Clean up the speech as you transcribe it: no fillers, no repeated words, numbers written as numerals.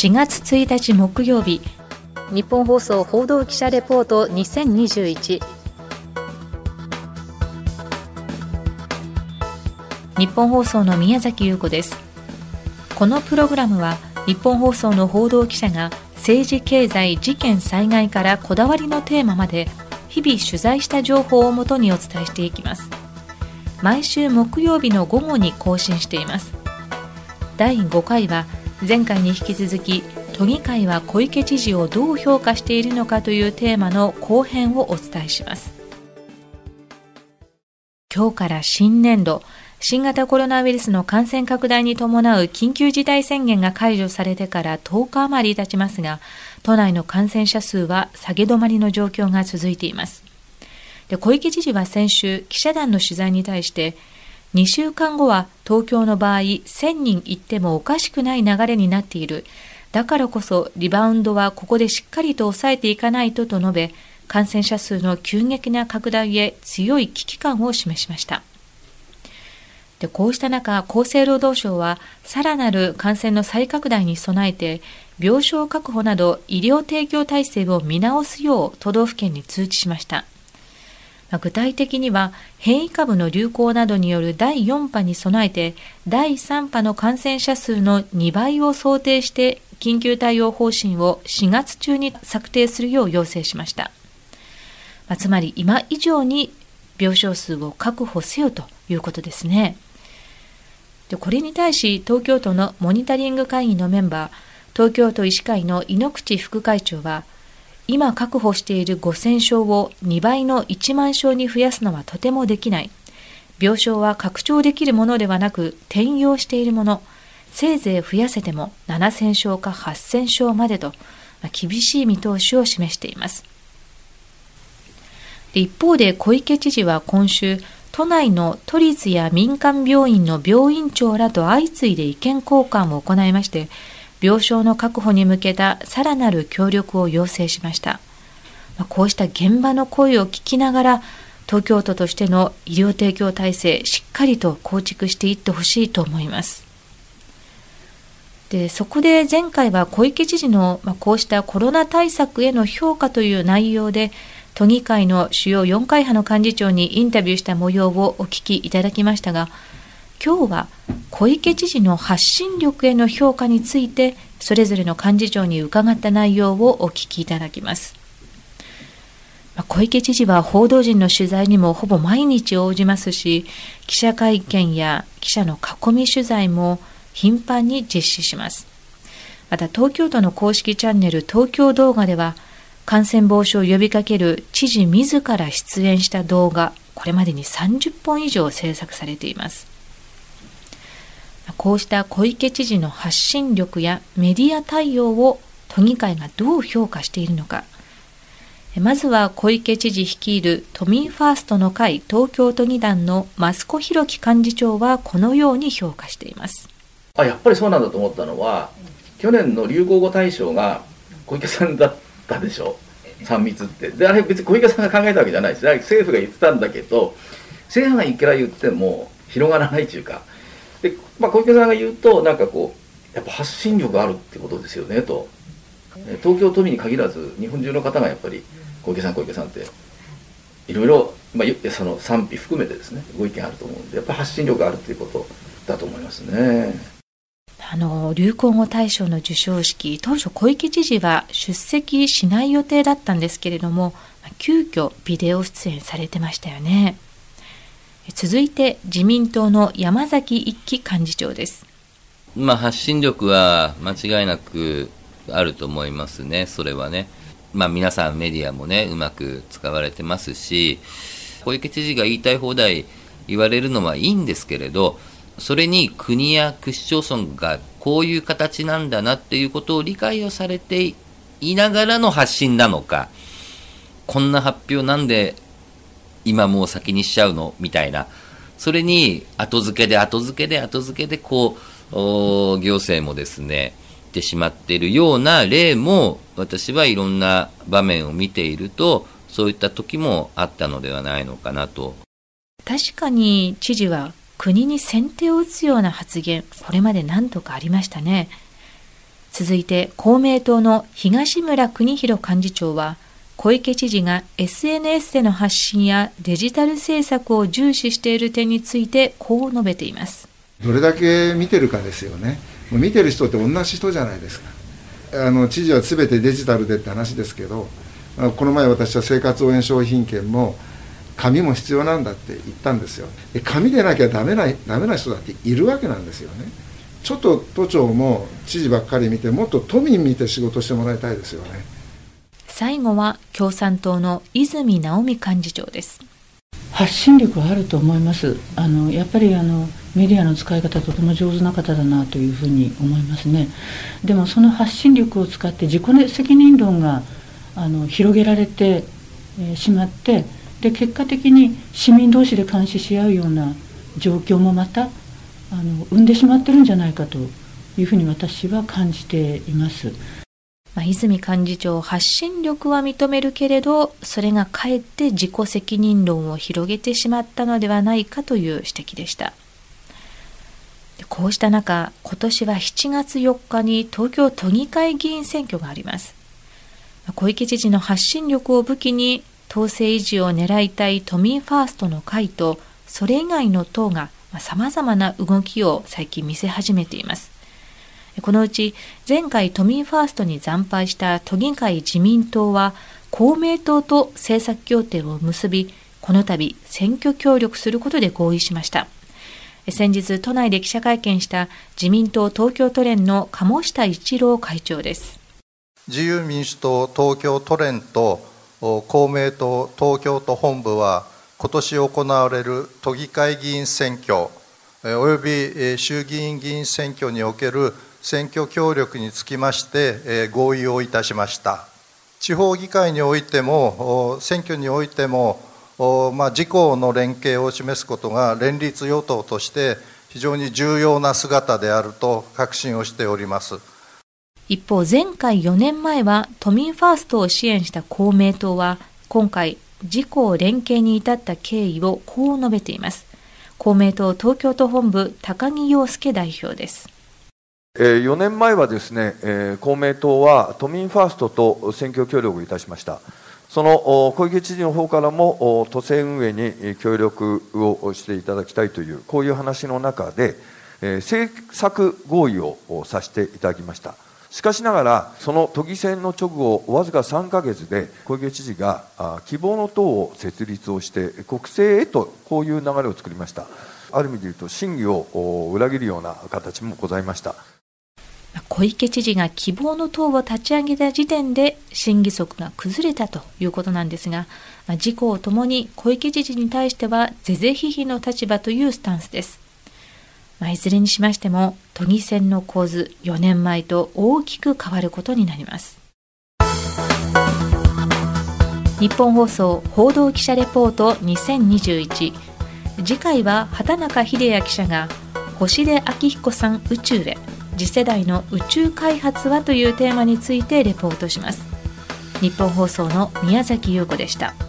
4月1日木曜日、日本放送報道記者レポート2021。日本放送の宮崎優子です。このプログラムは日本放送の報道記者が政治、経済、事件、災害からこだわりのテーマまで日々取材した情報をもとにお伝えしていきます。毎週木曜日の午後に更新しています。第5回は前回に引き続き、都議会は小池知事をどう評価しているのかというテーマの後編をお伝えします。今日から新年度、新型コロナウイルスの感染拡大に伴う緊急事態宣言が解除されてから10日余り経ちますが、都内の感染者数は下げ止まりの状況が続いています。で、小池知事は先週、記者団の取材に対して、2週間後は東京の場合1000人いってもおかしくない流れになっている。だからこそリバウンドはここでしっかりと抑えていかないと述べ、感染者数の急激な拡大へ強い危機感を示しました。で、こうした中、厚生労働省はさらなる感染の再拡大に備えて、病床確保など医療提供体制を見直すよう都道府県に通知しました。具体的には変異株の流行などによる第4波に備えて、第3波の感染者数の2倍を想定して緊急対応方針を4月中に策定するよう要請しました。つまり今以上に病床数を確保せよということですね。で、これに対し東京都のモニタリング会議のメンバー、東京都医師会の井ノ口副会長は、今確保している5000床を2倍の1万床に増やすのはとてもできない。病床は拡張できるものではなく転用しているもの。せいぜい増やせても7000床か8000床までと、厳しい見通しを示しています。で、一方で小池知事は今週、都内の都立や民間病院の病院長らと相次いで意見交換を行いまして、病床の確保に向けたさらなる協力を要請しました。こうした現場の声を聞きながら、東京都としての医療提供体制、しっかりと構築していってほしいと思います。で、そこで前回は小池知事のこうしたコロナ対策への評価という内容で、都議会の主要4会派の幹事長にインタビューした模様をお聞きいただきましたが、今日は小池知事の発信力への評価について、それぞれの幹事長に伺った内容をお聞きいただきます。小池知事は報道陣の取材にもほぼ毎日応じますし、記者会見や記者の囲み取材も頻繁に実施します。また東京都の公式チャンネル東京動画では、感染防止を呼びかける知事自ら出演した動画、これまでに30本以上制作されています。こうした小池知事の発信力やメディア対応を都議会がどう評価しているのか。まずは小池知事率いる都民ファーストの会東京都議団の益子弘樹幹事長はこのように評価しています。 やっぱりそうなんだと思ったのは、去年の流行語大賞が小池さんだったでしょ、3密って。で、あれ別に小池さんが考えたわけじゃないです。政府が言ってたんだけど、政府がいくら言っても広がらないというか。で、小池さんが言うと、やっぱ発信力あるってことですよねと。東京都民に限らず日本中の方がやっぱり小池さんっていろいろ、その賛否含めてですね、ご意見あると思うんで、やっぱり発信力があるっていうことだと思いますね。 流行語大賞の授賞式、当初小池知事は出席しない予定だったんですけれども、急遽ビデオ出演されてましたよね。続いて自民党の山崎一樹幹事長です。 発信力は間違いなくあると思いますね。それはね、皆さんメディアもね、うまく使われてますし、小池知事が言いたい放題言われるのはいいんですけれど、それに国や区市町村がこういう形なんだなっていうことを理解をされていながらの発信なのか、こんな発表なんで今もう先にしちゃうのみたいな、それに後付けでこう行政もですねってしまっているような例も、私はいろんな場面を見ているとそういった時もあったのではないのかなと。 確かに知事は国に先手を打つような発言、これまで何度かありましたね。 続いて公明党の東村邦弘幹事長は、小池知事が SNS での発信やデジタル政策を重視している点についてこう述べています。 どれだけ見てるかですよね。見てる人って同じ人じゃないですか。知事は全てデジタルでって話ですけど、この前私は生活応援商品券も紙も必要なんだって言ったんですよ。紙でなきゃダメな人だっているわけなんですよね。ちょっと都庁も知事ばっかり見て、もっと都民見て仕事してもらいたいですよね。 最後は共産党の泉直美幹事長です。 発信力はあると思います。やっぱりメディアの使い方とても上手な方だなというふうに思いますね。でもその発信力を使って自己責任論が広げられてしまって、で結果的に市民同士で監視し合うような状況もまた生んでしまってるんじゃないかというふうに私は感じています。 泉幹事長、発信力は認めるけれど、それがかえって自己責任論を広げてしまったのではないかという指摘でした。こうした中、今年は7月4日に東京都議会議員選挙があります。小池知事の発信力を武器に党勢維持を狙いたい都民ファーストの会と、それ以外の党がさまざまな動きを最近見せ始めています。このうち前回都民ファーストに惨敗した都議会自民党は公明党と政策協定を結び、この度選挙協力することで合意しました。先日都内で記者会見した自民党東京都連の鴨下一郎会長です。 自由民主党東京都連と公明党東京都本部は今年行われる都議会議員選挙および衆議院議員選挙における選挙協力につきまして合意をいたしました。地方議会においても選挙においても自公の連携を示すことが連立与党として非常に重要な姿であると確信をしております。 一方、前回4年前は都民ファーストを支援した公明党は今回自公連携に至った経緯をこう述べています。公明党東京都本部高木陽介代表です。 4年前はですね、公明党は都民ファーストと選挙協力いたしました。その小池知事の方からも都政運営に協力をしていただきたいというこういう話の中で政策合意をさせていただきました。しかしながらその都議選の直後わずか3ヶ月で小池知事が希望の党を設立をして国政へとこういう流れを作りました。ある意味で言うと審議を裏切るような形もございました。 小池知事が希望の党を立ち上げた時点で審議則が崩れたということなんですが、自公ともに小池知事に対しては是々非々の立場というスタンスです。いずれにしましても都議選の構図、4年前と大きく変わることになります。日本放送報道記者レポート2021、次回は畑中秀也記者が星出彰彦さん宇宙へ、次世代の宇宙開発はというテーマについてレポートします。日本放送の宮崎優子でした。